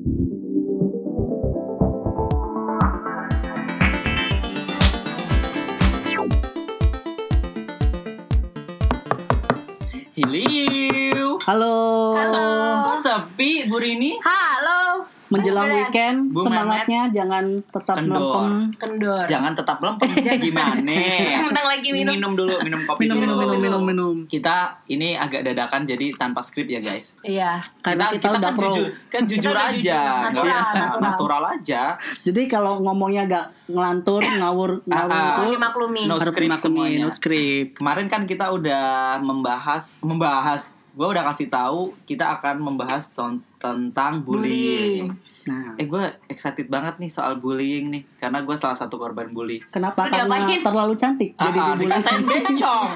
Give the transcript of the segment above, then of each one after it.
Hiliu. Halo. Kok sepi Bu Rini? Halo. Menjelang weekend, Bu semangatnya jangan tetap melempem. Kendor. Jangan tetap lempem. Gimana? Mentang lagi minum dulu, minum kopi Minum. Kita ini agak dadakan jadi tanpa skrip ya guys. Iya. Karena kita udah kan pro. jujur udah aja, natural aja. Jadi kalau ngomongnya gak ngelantur, ngawur itu Maklumi. No harus script dimaklumi, semuanya. no script. Kemarin kan kita udah membahas. Gue udah kasih tahu kita akan membahas tentang bullying. Nah, Gue excited banget nih soal bullying nih, karena gue salah satu korban bully. kenapa? Lu Karena diapain? terlalu cantik. Jadi dibully. Dikatain bencong.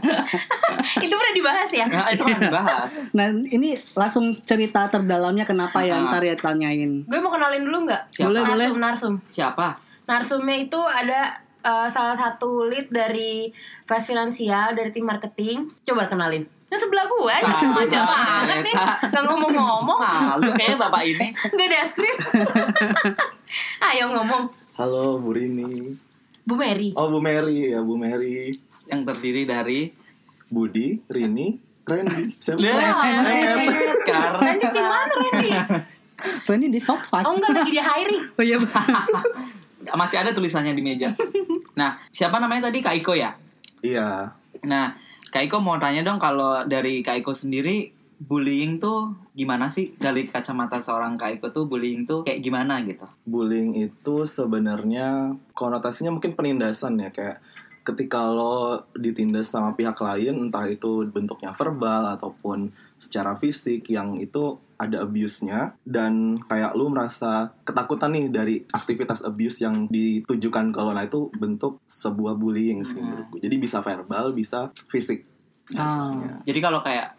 Itu pernah dibahas ya? Nah, itu kan dibahas. Nah, ini langsung cerita terdalamnya kenapa ya, ntar ya tanyain. Gue mau kenalin dulu nggak? Siapa? Boleh. Narsum. Siapa? Narsumnya itu ada salah satu lead dari Fast Financial dari tim marketing. Coba kenalin. Nah sebelah gue, manja banget nih. Gak ngomong-ngomong. Malu kayaknya bapak ini. Gak ada skrip. Ayo ngomong. Halo Bu Rini. Bu Mary. Oh Bu Mary ya Bu Mary. Yang terdiri dari Budi, Rini, Randy. Siapa? Karena Randy tim mana Randy? Ini di Sofas. Oh enggak, lagi di hiring. Oh iya. masih ada tulisannya di meja. Nah, siapa namanya tadi? Kak Iko ya? Iya. Nah, Kak Iko mau tanya dong, kalau dari Kak Iko sendiri, bullying tuh gimana sih? Dari kacamata seorang Kak Iko tuh, bullying tuh kayak gimana gitu? Bullying itu sebenarnya konotasinya mungkin penindasan ya, kayak ketika lo ditindas sama pihak lain, entah itu bentuknya verbal ataupun secara fisik, yang itu ada abuse-nya, dan kayak lo merasa ketakutan nih dari aktivitas abuse yang ditujukan ke lo. Nah itu bentuk sebuah bullying sih menurutku. Jadi bisa verbal, bisa fisik. Jadi kalau kayak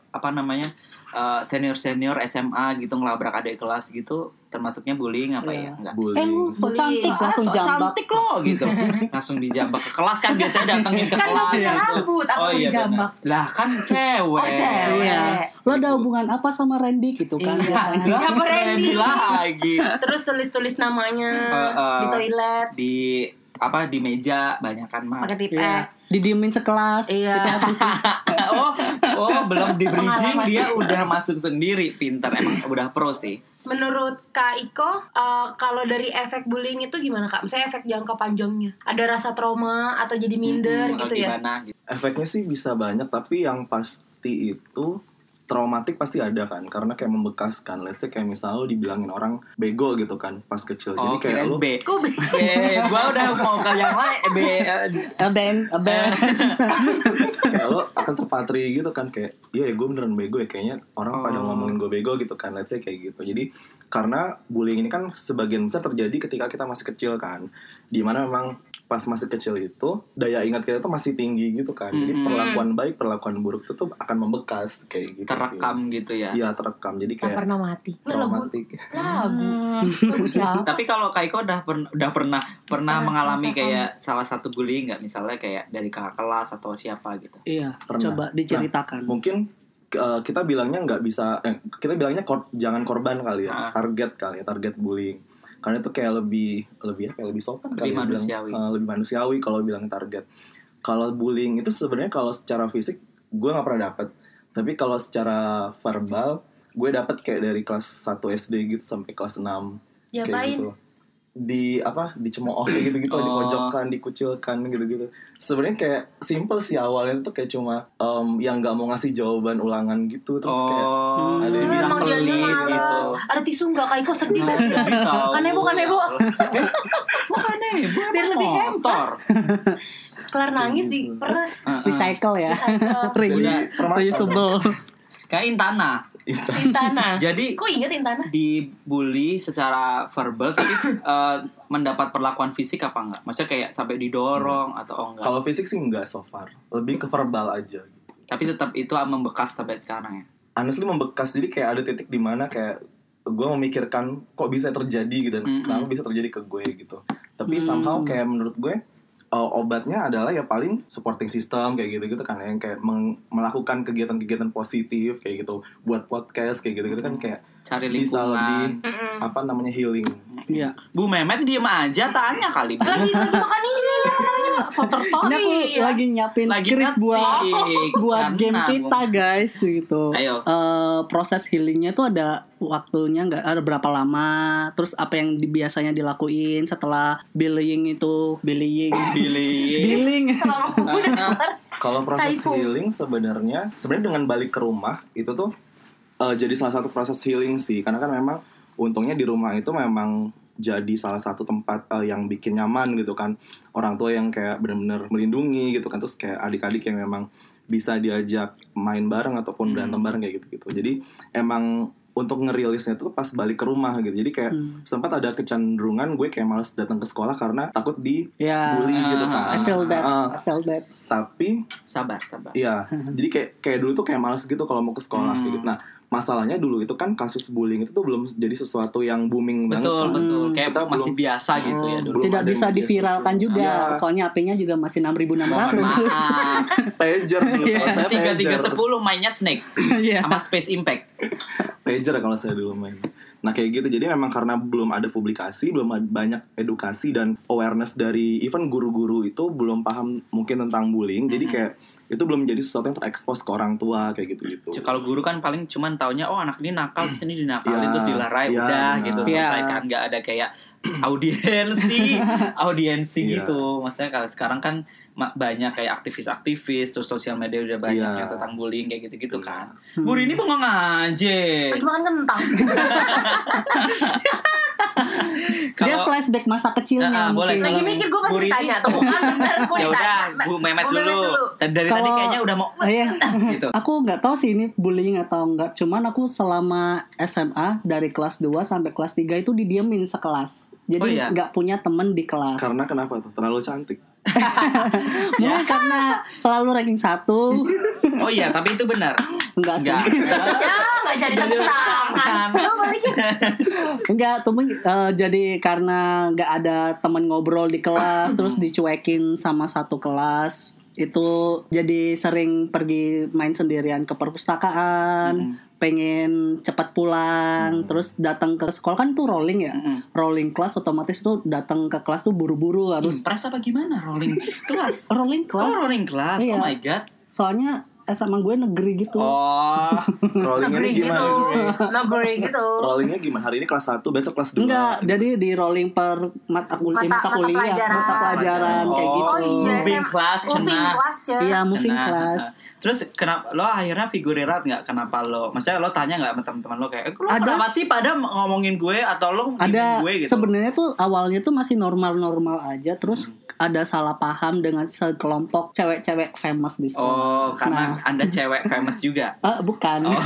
senior SMA gitu ngelabrak adik kelas gitu, termasuknya bullying apa ya? Enggak. Bullying. So cantik, langsung So jambak. cantik loh gitu. Langsung dijambak ke kelas kan, biasanya datengin ke Kan kelas gak punya gitu. rambut, apa mau dijambak? bener. Lah kan cewek. Oh, cewek. Iya. Lo ada hubungan apa sama Randy gitu kan? Iya. Ya, Siapa Randy? Lagi. Terus tulis-tulis namanya di toilet. Di meja banyakan mah. Pakai tip Iya. Didiemin sekelas. Iya. Kita habisin. Belum di bridging Pengalaman. dia udah masuk sendiri. Pintar, emang udah pro sih. Menurut Kak Iko, kalau dari efek bullying itu gimana Kak? Misalnya efek jangka panjangnya, ada rasa trauma atau jadi minder gitu ya? Gimana gitu. Efeknya sih bisa banyak, tapi yang pasti itu traumatik pasti ada kan, karena kayak membekas kan. Let's say kayak misalnya lo dibilangin orang bego gitu kan pas kecil. Jadi kayak kirain lo B. Kok B? Gua udah mau ke yang lain. Band. kayak lo akan terpatri gitu kan, kayak iya ya gue beneran bego ya, kayaknya orang pada ngomongin gue bego gitu kan. Let's say kayak gitu. Jadi karena bullying ini kan sebagian besar terjadi ketika kita masih kecil kan, dimana memang pas masih kecil itu daya ingat kita tuh masih tinggi gitu kan. Jadi perlakuan baik, perlakuan buruk itu tuh akan membekas kayak gitu. Terekam sih. gitu ya. Iya, terekam. Jadi Tak kayak pernah mati. traumatik. Lagu. Bagus ya. Tapi kalau Kak Iko udah pernah mengalami merasakan. kayak salah satu bullying nggak? Misalnya kayak dari kakak kelas atau siapa gitu? Iya, Pernah. coba diceritakan. Mungkin kita bilangnya nggak bisa, kita bilangnya jangan korban kali ya, target bullying. Karena itu kayak lebih sopan kali ya, manusiawi. lebih manusiawi kalau bilang target. Kalau bullying itu sebenarnya kalau secara fisik gue nggak pernah dapet, tapi kalau secara verbal gue dapet kayak dari kelas 1 SD gitu sampai kelas 6 kayak Diapain? gitu. Dicemooh kayak gitu-gitu, dipojokkan, dikucilkan gitu-gitu. Sebenarnya kayak simple sih awalnya tuh kayak cuma yang nggak mau ngasih jawaban ulangan gitu, terus kayak ada yang bilang Emang dianya pelit malah. gitu. Ada tisu nggak Kak Iko sedih gak sih? Kan heboh. Bukan heboh. Biar lebih hebat. Motor. Kelar nangis di peres. Recycle ya. Recycle. Reusable. Kayak Intana. Intana. Jadi Kok inget Intana? dibully secara verbal, tapi mendapat perlakuan fisik apa enggak? Maksudnya kayak sampai didorong atau enggak? Kalau fisik sih enggak so far, lebih ke verbal aja. Tapi tetap itu membekas sampai sekarang ya. Honestly membekas, jadi kayak ada titik di mana kayak gue memikirkan kok bisa terjadi gitu, kenapa bisa terjadi ke gue gitu. Tapi somehow kayak menurut gue obatnya adalah ya paling supporting system kayak gitu-gitu kan, yang kayak melakukan kegiatan-kegiatan positif kayak gitu, buat podcast kayak gitu-gitu kan, kayak Cari bisa lingkungan. lebih apa namanya healing. Iya. Bu Memet diem aja, tanya kali Bu. Lagi makan ini kotor Ini aku lagi nyiapin Lagi skrip ngetik. buat game Karena, kita guys gitu. Ayo. Proses healingnya tuh ada waktunya nggak, ada berapa lama, terus apa yang biasanya dilakuin setelah billing. Kalau proses Typo. healing sebenarnya dengan balik ke rumah itu tuh jadi salah satu proses healing sih, karena kan memang untungnya di rumah itu memang jadi salah satu tempat yang bikin nyaman gitu kan, orang tua yang kayak benar-benar melindungi gitu kan, terus kayak adik-adik yang memang bisa diajak main bareng ataupun berantem bareng kayak gitu. Jadi emang untuk ngerilisnya tuh pas balik ke rumah gitu. Jadi kayak sempat ada kecenderungan gue kayak males datang ke sekolah karena takut dibully gitu kan. I feel that. Hmm. Tapi Sabar. iya, jadi kayak dulu tuh kayak males gitu kalau mau ke sekolah gitu. Nah, masalahnya dulu itu kan kasus bullying itu tuh belum jadi sesuatu yang booming banget. Betul. Kayak Kita masih belum- biasa gitu ya dulu. belum Tidak ada bisa media diviralkan sosial. juga, Iya. soalnya HP-nya juga masih 6.600. Maaf. Pager dulu. Kalau saya pager. 3310 mainnya Snake Iya. sama Space Impact. Pager kalau saya dulu main. Nah kayak gitu, jadi memang karena belum ada publikasi, belum ada banyak edukasi dan awareness dari even guru-guru itu belum paham mungkin tentang bullying, jadi kayak itu belum jadi sesuatu yang terekspos ke orang tua kayak gitu-gitu. Kalau guru kan paling cuman taunya oh anak ini nakal terus ini dinakalin Iya, terus dilarai iya, udah benar. gitu Iya. selesai kan, nggak ada kayak audiensi Iya. gitu. Maksudnya kalau sekarang kan banyak kayak aktivis-aktivis terus sosial media udah banyak Iya. yang tentang bullying kayak gitu-gitu kan. Hmm. Bu ini bengong aja. Lagi makan kentang. Dia Kalau flashback masa kecilnya boleh. mungkin. Lagi mikir gue pasti Bu Rini- ditanya tuh kan bener gue ya udah ditanya. Bu Memet Bu Memet dulu. Dari tadi Kalau- kayaknya udah mau Iya. gitu. Aku nggak tahu sih ini bullying atau enggak. Cuman aku selama SMA dari kelas 2 sampai kelas 3 itu didiemin sekelas. Oh, Jadi iya? nggak punya temen di kelas. Karena kenapa tuh? Terlalu cantik. Mungkin karena selalu ranking 1. Oh iya, tapi itu benar. Enggak sih. Enggak. Ya nggak jadi tepuk tangan. Lo balikin. Enggak, temen jadi karena nggak ada temen ngobrol di kelas, terus dicuekin sama satu kelas. Itu jadi sering pergi main sendirian ke perpustakaan, pengen cepat pulang, terus datang ke sekolah kan tuh rolling ya, rolling kelas, otomatis tuh datang ke kelas tuh buru-buru harus Impres apa gimana rolling kelas? rolling kelas. Oh, rolling kelas. Iya. Oh my god. Soalnya SMA gue negeri gitu. Oh. Rollingnya Negeri ini gitu. gimana? Negeri gitu. Rollingnya gimana? Hari ini kelas 1, besok kelas 2. Enggak, jadi di rolling per mata kuliah, Mata pelajaran kayak Oh, gitu. Oh iya, Moving class, moving cenah. class ce. Iya, moving Cenah. class. Terus kenapa lo akhirnya figurerat nggak? Kenapa lo? Maksudnya lo tanya nggak sama teman-teman lo kayak, lo Ada. kenapa sih pada ngomongin gue atau lo ngomongin Ada gue gitu? sebenarnya tuh awalnya tuh masih normal-normal aja, terus ada salah paham dengan sekelompok cewek-cewek famous di sekolah. Oh, karena Nah. Anda cewek famous juga. Bukan. Oh.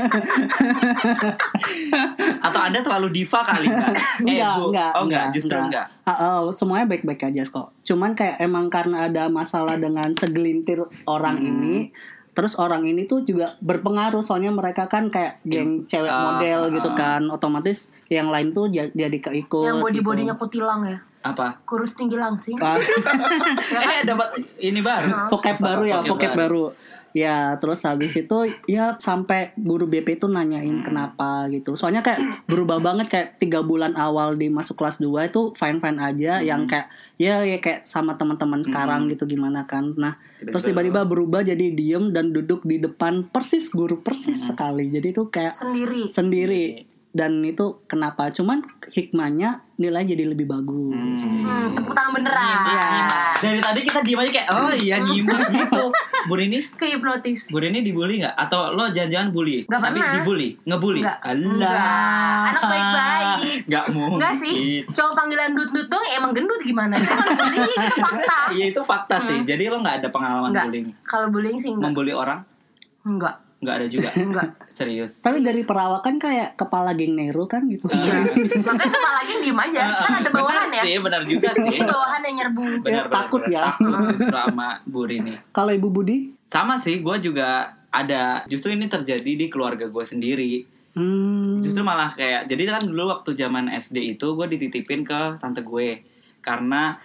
Atau Anda terlalu diva kali nggak? Enggak, Oh enggak, justru enggak. Semuanya baik-baik aja kok. Cuman kayak emang karena ada masalah dengan segelintir orang ini, terus orang ini tuh juga berpengaruh, soalnya mereka kan kayak geng cewek model gitu kan, otomatis yang lain tuh jadi keikut. Yang body-bodinya gitu. kutilang ya. Apa? Kurus tinggi langsing. Ah, Dapat ini baru. vocab baru ya, Vocab vocab baru. Ya, terus habis itu ya sampai guru BP itu nanyain kenapa gitu. Soalnya kayak berubah banget, kayak 3 bulan awal di masuk kelas 2 itu fine-fine aja, yang kayak ya kayak sama teman-teman sekarang gitu gimana kan. Nah, terus tiba-tiba berubah jadi diem dan duduk di depan persis guru persis sekali. Jadi itu kayak sendiri. Dan itu kenapa? Cuman hikmahnya nilai jadi lebih bagus. Tepuk tangan beneran. Dari tadi kita diem aja kayak oh iya nyimak gitu. Bu Rini? Kehipnotis. Bu Rini dibully nggak? Atau lo jangan-jangan bully? Nggak Tapi pernah. dibully? Ngebully? Enggak. Alah. Enggak. Anak baik-baik. Nggak mungkin. Enggak sih. Cowok panggilan dut-dut dong emang gendut gimana? Itu kan bullying, itu fakta. Iya itu fakta sih. Jadi lo nggak ada pengalaman Enggak. bullying? Kalau bullying sih enggak. Membully orang? Enggak. Nggak ada juga? Enggak. Serius? Tapi dari perawakan kayak kepala geng Nero kan gitu. Iya. Makanya kepala lagi diem aja. Kan ada bawahan Benar ya. sih, benar juga sih. Ini bawahan yang nyerbu. Benar, takut ya. Takut justru sama Bu Rini. Kalau Ibu Budi? Sama sih, gue juga ada. Justru ini terjadi di keluarga gue sendiri. Justru malah kayak, jadi kan dulu waktu zaman SD itu gue dititipin ke tante gue. Karena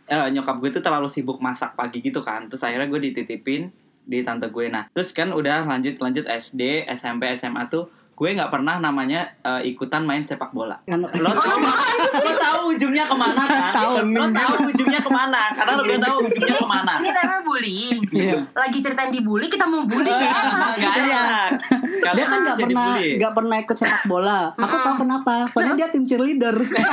nyokap gue tuh terlalu sibuk masak pagi gitu kan. Terus akhirnya gue dititipin di tante gue. Nah terus kan udah lanjut SD, SMP, SMA tuh gue nggak pernah namanya ikutan main sepak bola. Lo tahu ujungnya kemana kan? Lo tahu ujungnya kemana? Karena lo gak tahu ujungnya kemana. Ini namanya bullying. Lagi ceritain dibully, kita mau bully kan? Gak enak. Dia kan nggak pernah ikut sepak bola. Aku tahu kenapa. Soalnya dia tim cheerleader.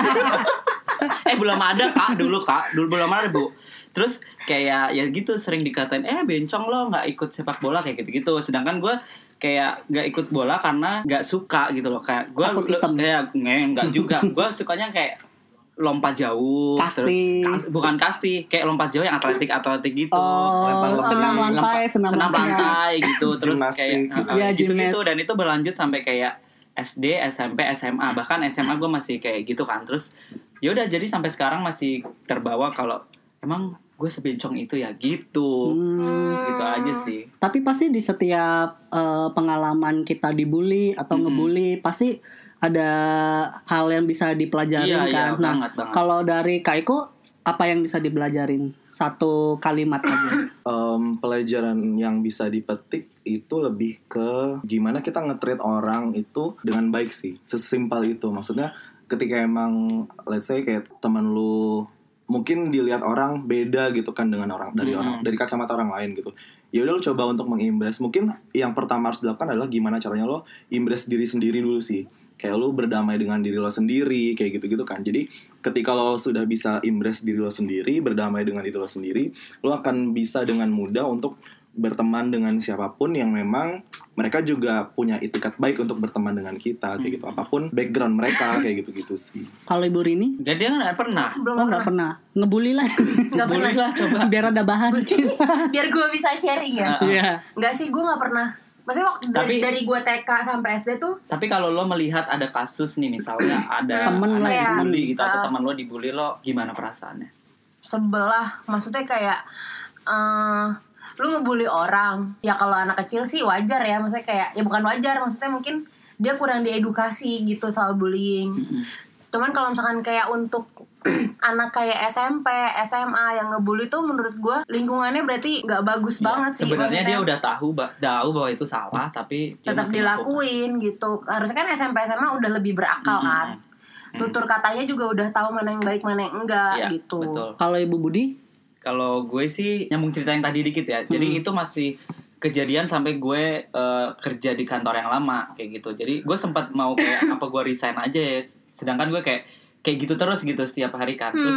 Belum ada kak dulu belum ada bu. Terus kayak ya gitu sering dikatain bencong lo nggak ikut sepak bola kayak gitu. Sedangkan gue kayak nggak ikut bola karena nggak suka gitu loh. Kayak gue kayak nggak juga. Gue sukanya kayak lompat jauh, kasti. Terus bukan kasti, kayak lompat jauh yang atletik gitu. Senam lantai gitu. Terus kayak gitu dan itu berlanjut sampai kayak SD, SMP, SMA, bahkan SMA gue masih kayak gitu kan. Terus ya udah jadi sampai sekarang masih terbawa kalau emang gue sebencong itu ya gitu. Gitu aja sih. Tapi pasti di setiap pengalaman kita dibully atau ngebully pasti ada hal yang bisa dipelajarin kan. Nah, banget. Kalau dari Kak Iko apa yang bisa dipelajarin? Satu kalimat aja. Pelajaran yang bisa dipetik itu lebih ke gimana kita nge-treat orang itu dengan baik sih. Sesimpel itu. Maksudnya ketika emang let's say kayak teman lu mungkin dilihat orang beda gitu kan dengan orang dari kacamata orang lain gitu. Ya udah lu coba untuk mengimpress. Mungkin yang pertama harus dilakukan adalah gimana caranya lo impress diri sendiri dulu sih. Kayak lo berdamai dengan diri lo sendiri kayak gitu-gitu kan. Jadi ketika lo sudah bisa impress diri lo sendiri, berdamai dengan diri lo sendiri, lo akan bisa dengan mudah untuk berteman dengan siapapun yang memang mereka juga punya itikat baik untuk berteman dengan kita kayak gitu, apapun background mereka kayak gitu-gitu sih. Kalau Ibu Rini? Dia nggak pernah. Nggak pernah. Ngebully lah. Nggak pernah. Coba. Biar ada bahan. Biar gue bisa sharing ya. Iya. Nggak sih, gue nggak pernah. Maksudnya waktu dari gue TK sampai SD tuh. Tapi kalau lo melihat ada kasus nih misalnya ada temen dibully gitu atau teman lo dibully, lo gimana perasaannya? Sebelah, maksudnya kayak lu ngebully orang. Ya kalau anak kecil sih wajar ya, maksudnya kayak ya bukan wajar, maksudnya mungkin dia kurang diedukasi gitu soal bullying. Cuman kalau misalkan kayak untuk anak kayak SMP, SMA yang ngebully tuh menurut gue lingkungannya berarti nggak bagus banget sih. Sebenarnya dia udah tahu bahwa itu salah tapi tetap dilakuin gitu. Harusnya kan SMP SMA udah lebih berakal kan. Tutur katanya juga udah tahu mana yang baik mana yang enggak gitu. Betul. Kalau Ibu Budi? Kalau gue sih nyambung cerita yang tadi dikit ya. Jadi itu masih kejadian sampai gue kerja di kantor yang lama kayak gitu. Jadi gue sempat mau kayak apa gue resign aja ya. Sedangkan gue kayak gitu terus gitu setiap hari kan. Terus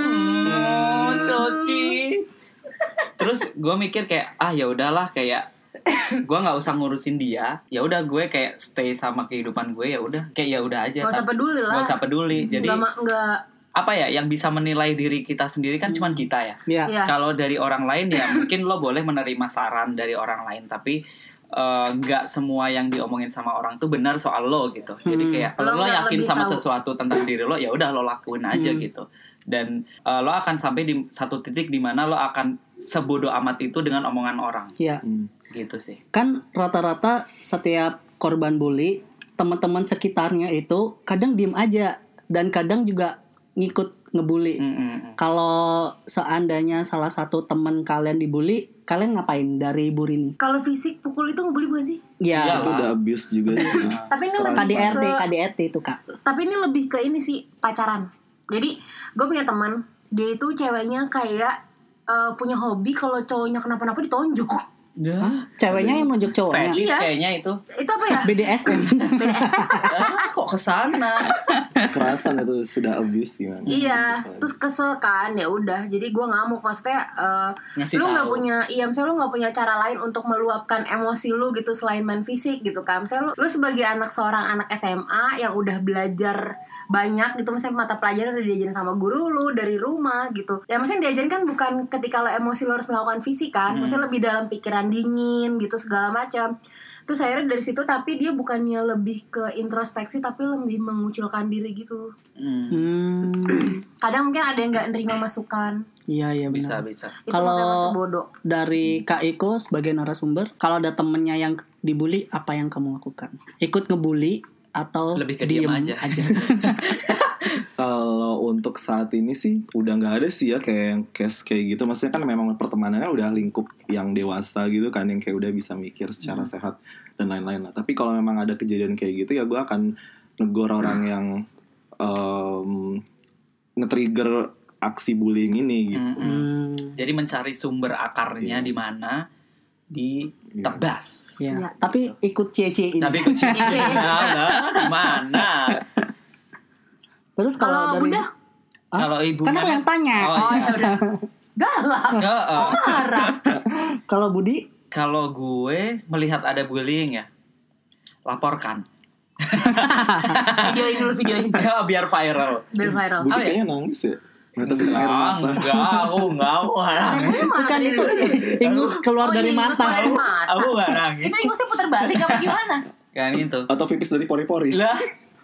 Coci. Terus gue mikir kayak ya udahlah kayak gue nggak usah ngurusin dia. Ya udah gue kayak stay sama kehidupan gue, ya udah kayak ya udah aja. Gak usah peduli lah. Gak usah peduli. Jadi nggak apa ya yang bisa menilai diri kita sendiri kan cuman kita ya. Yeah. Kalau dari orang lain ya mungkin lo boleh menerima saran dari orang lain, tapi nggak semua yang diomongin sama orang tuh benar soal lo gitu. Jadi kayak kalau lo yakin sama sesuatu tentang diri lo, ya udah lo lakuin aja gitu. Dan lo akan sampai di satu titik di mana lo akan sebodoh amat itu dengan omongan orang. Iya. Gitu sih. Kan rata-rata setiap korban bully, teman-teman sekitarnya itu kadang diem aja dan kadang juga ngikut ngebully. Kalau seandainya salah satu teman kalian dibully, kalian ngapain dari Ibu Rini? Kalau fisik pukul itu ngebully bukan sih? Ya, itu udah abuse juga sih. Tapi ini lebih KDRT itu Kak. Tapi ini lebih ke ini sih, pacaran. Jadi gue punya teman, dia itu ceweknya kayak punya hobi kalau cowoknya kenapa-napa ditonjok. Ceweknya yang nunjuk cowoknya. Fetish kayaknya itu. Itu apa ya? BDSM. Kok kesana? Kerasan itu sudah abuse gimana? Iya, terus kesel kan, ya udah. Jadi gue ngamuk, maksudnya lu nggak punya, misalnya lu nggak punya cara lain untuk meluapkan emosi lu gitu selain main fisik gitu kan. Misalnya lu sebagai seorang anak SMA yang udah belajar banyak gitu, misalnya mata pelajaran udah diajarin sama guru lu dari rumah gitu. Ya maksudnya diajarin kan bukan ketika lo emosi lo harus melakukan fisik kan, maksudnya lebih dalam pikiran dingin gitu segala macam. Terus akhirnya dari situ, tapi dia bukannya lebih ke introspeksi tapi lebih mengucilkan diri gitu. Kadang mungkin ada yang nggak nerima masukan. Iya benar. Bisa. Kalau dari Kak Iko sebagai narasumber, kalau ada temennya yang dibully, apa yang kamu lakukan? Ikut ngebully atau lebih ke diem aja. Kalau untuk saat ini sih udah nggak ada sih ya kayak yang case kayak gitu. Maksudnya kan memang pertemanannya udah lingkup yang dewasa gitu kan, yang kayak udah bisa mikir secara sehat dan lain-lain lah. Tapi kalau memang ada kejadian kayak gitu ya gue akan negor orang yang nge-trigger aksi bullying ini gitu. Jadi mencari sumber akarnya di mana, ditebas. Ya. Tapi ikut cie-cie ini. Tapi gimana? Terus Kalau dari Bunda? Kalau ibu kan aku yang tanya. Oh ya udah. Galak. Marah. Kalau Budi? Kalau gue melihat ada bullying ya, laporkan. Videoin. Biar viral. Biar viral. Budi kayaknya nangis ya. Netesin air mata. Enggak, aku nangis. Bukan itu ingus keluar dari mata. Aku nggak nangis. Itu ingusnya putar balik apa gimana? Kan itu. Atau pipis dari pori-pori. Lah,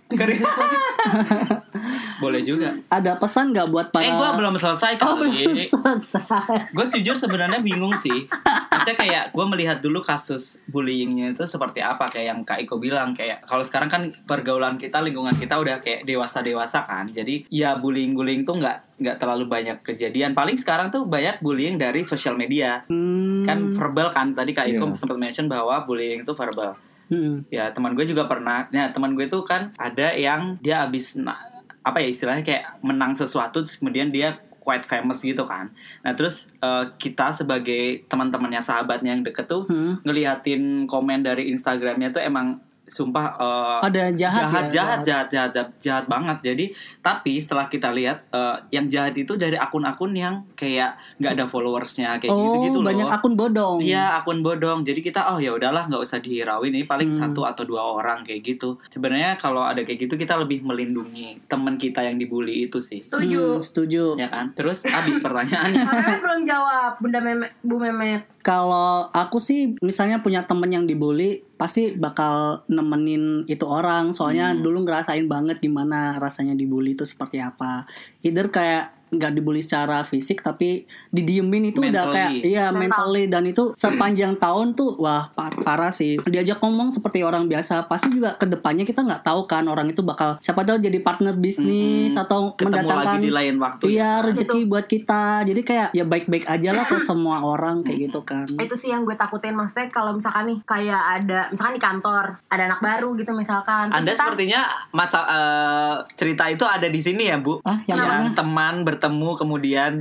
boleh juga. Ada pesan nggak buat para? Gue belum selesai kali. Belum selesai. Gue jujur sebenarnya bingung sih. Maksudnya kayak gue melihat dulu kasus bullyingnya itu seperti apa, kayak yang Kak Iko bilang, kayak kalau sekarang kan pergaulan kita, lingkungan kita udah kayak dewasa kan. Jadi ya bullying tuh nggak terlalu banyak kejadian. Paling sekarang tuh banyak bullying dari sosial media. Kan verbal kan. Tadi Kak Iko sempat mention bahwa bullying itu verbal. Ya teman gue juga pernah. Nah teman gue tuh kan ada yang dia abis apa ya istilahnya kayak menang sesuatu, terus kemudian dia quite famous gitu kan. Nah terus kita sebagai teman-temannya, sahabatnya yang deket tuh ngeliatin komen dari Instagramnya tuh emang sumpah ada jahat banget. Jadi tapi setelah kita lihat yang jahat itu dari akun-akun yang kayak nggak ada followersnya kayak gitu loh. Banyak akun bodong. Iya, akun bodong. Jadi kita ya udahlah, nggak usah dihirauin, ini paling 1 atau 2 orang kayak gitu. Sebenarnya kalau ada kayak gitu kita lebih melindungi teman kita yang dibully itu sih. Setuju. Ya kan? Terus habis pertanyaannya. Memet belum jawab, Bu Memet. Kalau aku sih misalnya punya temen yang dibully, pasti bakal nemenin itu orang. Soalnya dulu ngerasain banget gimana rasanya dibully itu seperti apa. Either kayak nggak dibully secara fisik, tapi didiemin itu mentally. Udah kayak mentally. Dan itu sepanjang tahun tuh wah parah sih. Diajak ngomong seperti orang biasa, pasti juga kedepannya kita nggak tahu kan orang itu bakal siapa tahu jadi partner bisnis atau ketemu mendatangkan lagi di lain waktu. Iya, rezeki buat kita. Jadi kayak ya baik-baik aja lah ke semua orang kayak gitu kan. Itu sih yang gue takutin, maksudnya kalau misalkan nih kayak ada misalkan di kantor ada anak baru gitu misalkan. Anda sepertinya cerita itu ada di sini ya, Bu? Yang teman bertemu kemudian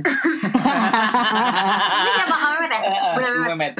ini siapa Kak Memet ya? Memet.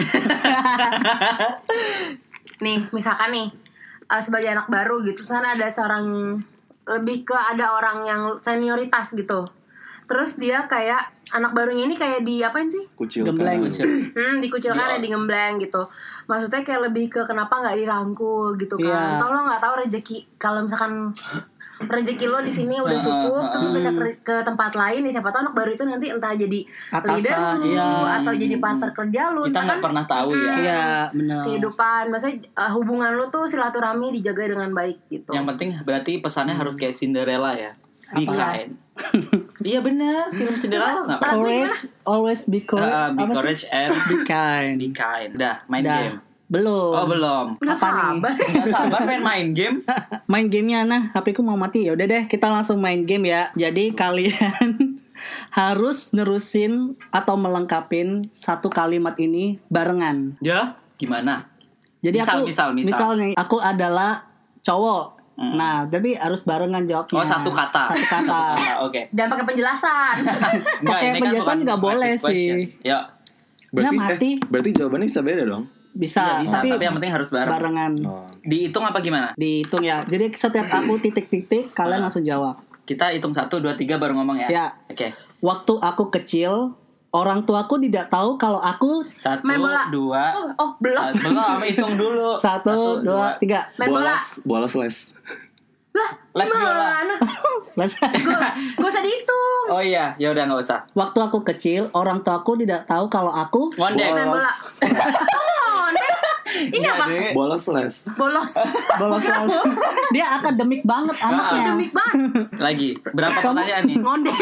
Nih misalkan nih sebagai anak baru gitu, misalkan ada seorang, lebih ke ada orang yang senioritas gitu. Terus dia kayak anak barunya ini kayak di apain sih? Gembleng. Dikucilkan ya, digembleng gitu. Maksudnya kayak lebih ke kenapa nggak dirangkul gitu kan? Toh lo nggak tahu rezeki, kalau misalkan rezeki lo di sini udah cukup, terus pindah ke tempat lain, nih siapa tahu anak baru itu nanti entah jadi leader lu atau jadi partner kerja lu. Kita nggak pernah tahu ya. Iya benar. Kehidupan, maksudnya hubungan lu tuh silaturahmi dijaga dengan baik gitu. Yang penting berarti pesannya harus kayak Cinderella ya. Be kind. Iya benar, film Cinderella nggak apa? Courage, always be courage. Be courage and be kind. Be kind. Dah, main game. Belum. Oh belum. Nggak sabar. Nggak sabar pengen main game. Main gamenya nah, HP ku mau mati. Ya udah deh, kita langsung main game ya. Jadi kalian harus nerusin atau melengkapin satu kalimat ini barengan. Ya, gimana? Jadi misalnya aku adalah cowok. Nah, tapi harus barengan jawabnya. Oh, satu kata. Oke. Jangan pakai penjelasan. Pakai penjelasan nggak boleh sih. Ya. Berarti jawabannya bisa beda dong. Bisa, tapi yang penting harus barengan. Dihitung apa gimana? Dihitung ya. Jadi setiap aku titik-titik, kalian langsung jawab. Kita hitung 1, 2, 3 baru ngomong ya. Ya. Oke. Waktu aku kecil, orang tuaku tidak tahu kalau aku 1, 2. Belum. Belum, hitung dulu. 1, 2, 3. Main bola. Bola les. Lah, les biola. Gak usah dihitung. Oh iya, ya udah nggak usah. Waktu aku kecil, orang tuaku tidak tahu kalau aku ngondek. Main bola. Ini apa? Bolos les. Bolos. Dia akademik banget anaknya. Akademik banget. Lagi berapa pertanyaan nih? Ngondek.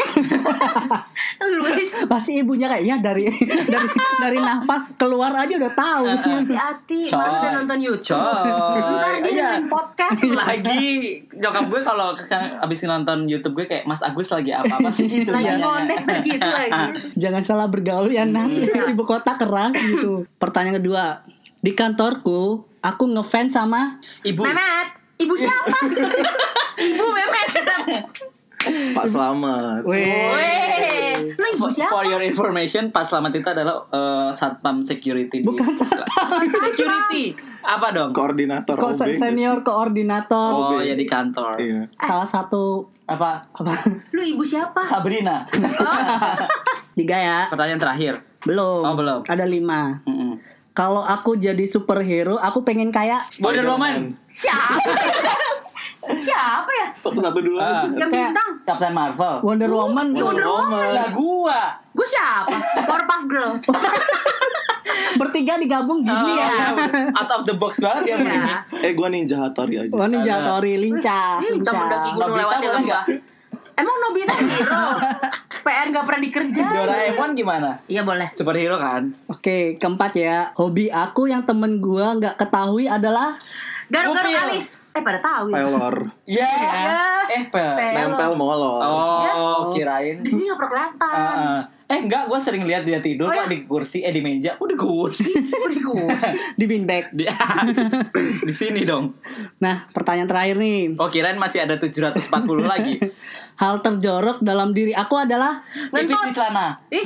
Pasti ibunya kayak ya dari nafas keluar aja udah tahu. Hati-hati, baru udah nonton YouTube. Ntar dia dengerin podcast lagi. Nyokap gue kalau abis nonton YouTube gue kayak Mas Agus lagi apa sih gitu. Lagi ngondek gitu lagi. Jangan salah bergaul ya nanti ibu kota keras gitu. Pertanyaan kedua, di kantorku aku ngefans sama Ibu. Memet. Ibu siapa? Ibu Memet. Pak Slamet. Weh, lu ibu siapa? For your information, Pak Slamet itu adalah satpam security. Bukan satpam security. Apa dong? Koordinator OB. Senior koordinator. Oh ya di kantor. Iya. Salah satu Apa? Lu ibu siapa? Sabrina. 3 ya. Pertanyaan terakhir. Belum. Oh, belum. Ada 5. Kalau aku jadi superhero, aku pengen kayak Wonder Woman. Siapa ya? Satu-satu dulu aja. Yang Kayak- bintang. Captain Marvel. Wonder Woman. Wonder Woman. Lah gua. Gue siapa? Powerpuff Girl. Bertiga digabung gini ya. Out of the box banget ya. Iya. Gue Ninja Hattori aja. Oh, Ninja Hattori, lincah. Cuma mendaki gunung Nobita lewatin boleh lembah. Emang Nobita hero? PR gak pernah dikerjain. Doraemon gimana? Iya boleh. Superhero kan? Oke, keempat ya. Hobi aku yang temen gua nggak ketahui adalah Garuk-garuk Mobil. alis. Pada tahu ya. Pelor. Iya. Pel. Nempel molor. Oh, kirain. Di sini gak pernah kelihatan. Enggak, gue sering lihat dia tidur Oh, ya? di kursi, di meja. Di kursi. Di kursi. di bin bag. Di sini dong. Nah, pertanyaan terakhir nih. Oh, kirain masih ada 740 lagi. Hal terjorok dalam diri aku adalah Pipis di celana. Ih,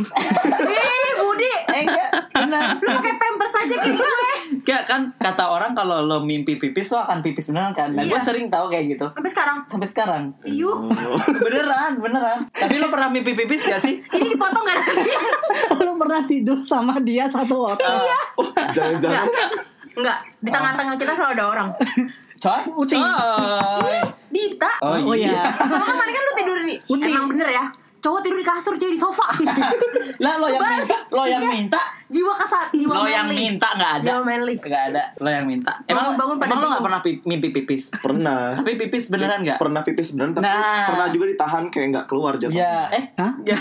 Budi. Enggak, benar. Lu pakai pampers aja kayak gue. Enggak kan kata orang kalau lo mimpi pipis lo akan pipis beneran kan. Nah, gue Iya. sering tahu kayak gitu. Sampai sekarang. Sampai sekarang. Iyuh. Beneran. Tapi lo pernah mimpi pipis gak sih? Ini dipotong gak tadi? lu pernah tidur sama dia satu waktu. Iya. Oh, jangan-jangan. Enggak. Di tengah-tengah kita selalu ada orang. Coy. Uti. Coy. Dita. Oh iya. Sama kemarin kan lu tidur di. Emang bener ya. Cowok tidur di kasur, cewek di sofa. Lah lo yang minta, Jiwa kasar, jiwa lo yang manly. minta nggak ada. Jiwa manly. Nggak ada. Lo yang minta. Bangun-bangun pada emang lo nggak bingung. pernah mimpi pipis? Pernah. Tapi pipis beneran nggak? Pernah pipis beneran, tapi Nah. pernah juga ditahan kayak nggak keluar jatuhnya. Ya, Hah? Ya.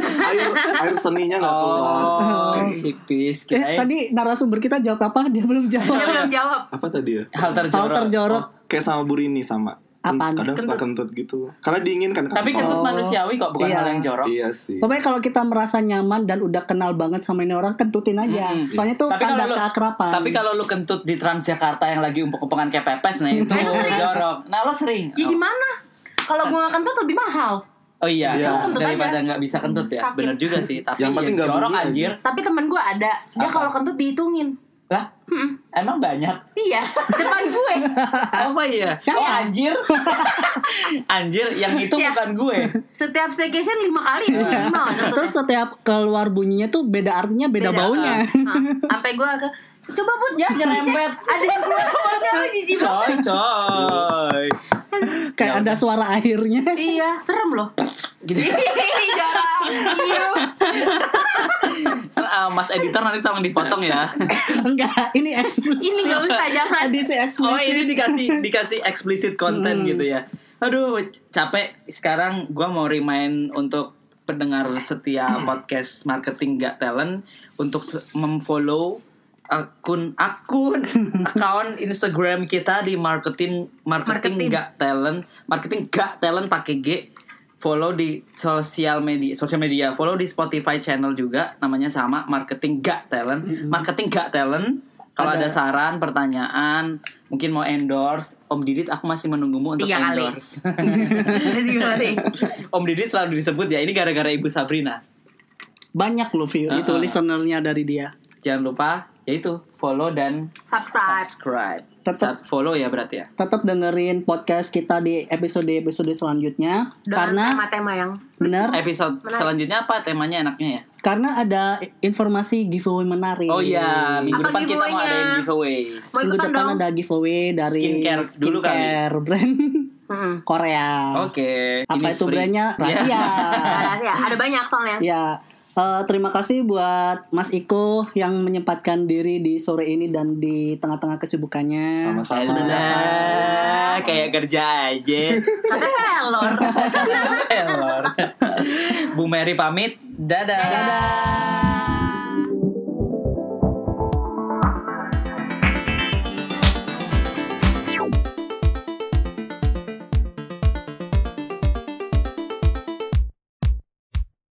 air seninya nggak keluar. Oh, pipis. Kirain Tadi narasumber kita jawab apa? Dia belum jawab. Dia belum jawab. Apa tadi ya? hal Hal terjorok. terjorok. Kayak sama Bu Rini sama. Apaan? Kadang suka kentut gitu. Karena diinginkan kan. Tapi kentut Oh. manusiawi kok, bukan Iya. hal yang jorok. Iya sih. Pokoknya kalau kita merasa nyaman dan udah kenal banget sama ini orang, kentutin aja. Soalnya tuh tanda keakraban. Tapi kalau lu kentut di Transjakarta yang lagi umpuk-umpukan kayak pepes, nah itu Itu sering. jorok. Nah lo sering. Ya gimana? Kalau gue gak kentut lebih mahal. Oh iya, Iya. Kentut daripada aja. nggak bisa kentut ya. Sakit. Bener juga sih. Tapi Yang penting ya, nggak jorok bunyi aja. anjir. Tapi temen gue ada. Dia Apa? kalau kentut dihitungin. Lah, emang banyak. Iya, depan gue. Apa iya? Siapa? Oh, anjir. Anjir, yang itu Iya. bukan gue. Setiap staycation 5 kali minimal kentutnya. Terus setiap keluar bunyinya tuh beda artinya, beda baunya. Sampai gue ke coba Bud Ya, nyerempet. Ada yang keluar baunya lu jijik banget. Coy. Kayak Ya ada suara airnya. Iya, serem loh. Gitu. Ih, jarang. Iya. Mas editor nanti tolong dipotong ya. Enggak, ini eksplisit. Ini gak usah, jangan. Edisi eksplisit. Oh, ini dikasih explicit content gitu ya. Aduh, capek. Sekarang gua mau remind untuk pendengar setia podcast Marketing Gak Talent untuk memfollow account Instagram kita di marketing Gak Talent, Marketing Gak Talent pakai G. Follow di sosial media, follow di Spotify channel juga, namanya sama, Marketing Gak Talent. Marketing Gak Talent. Kalau ada saran, pertanyaan, mungkin mau endorse, Om Didit aku masih menunggumu untuk 3 kali. endorse. Ada 3 kali. Om Didit selalu disebut ya, ini gara-gara Ibu Sabrina. Banyak loh view itu listenernya dari dia. Jangan lupa, yaitu follow dan subscribe. Tetap Follow ya berarti ya. tetap dengerin podcast kita di episode selanjutnya. Dengan Karena tema-tema yang benar, Episode selanjutnya apa temanya enaknya ya? karena ada informasi giveaway menarik. Oh iya, minggu Apa depan kita mau giveaway-nya? adain giveaway. mau Minggu ikutan depan dong. ada giveaway dari Skincare dulu kali. skincare brand Korea. Oke. Apa itu Innisfree. brandnya? Iya. Rahasia. Gak rahasia. Ada banyak soalnya. Ya, Terima kasih buat Mas Iko yang menyempatkan diri di sore ini dan di tengah-tengah kesibukannya. Sama-sama. Kayak kerja aja. Kata telur. Bu Mary pamit. Dadah. Dadah.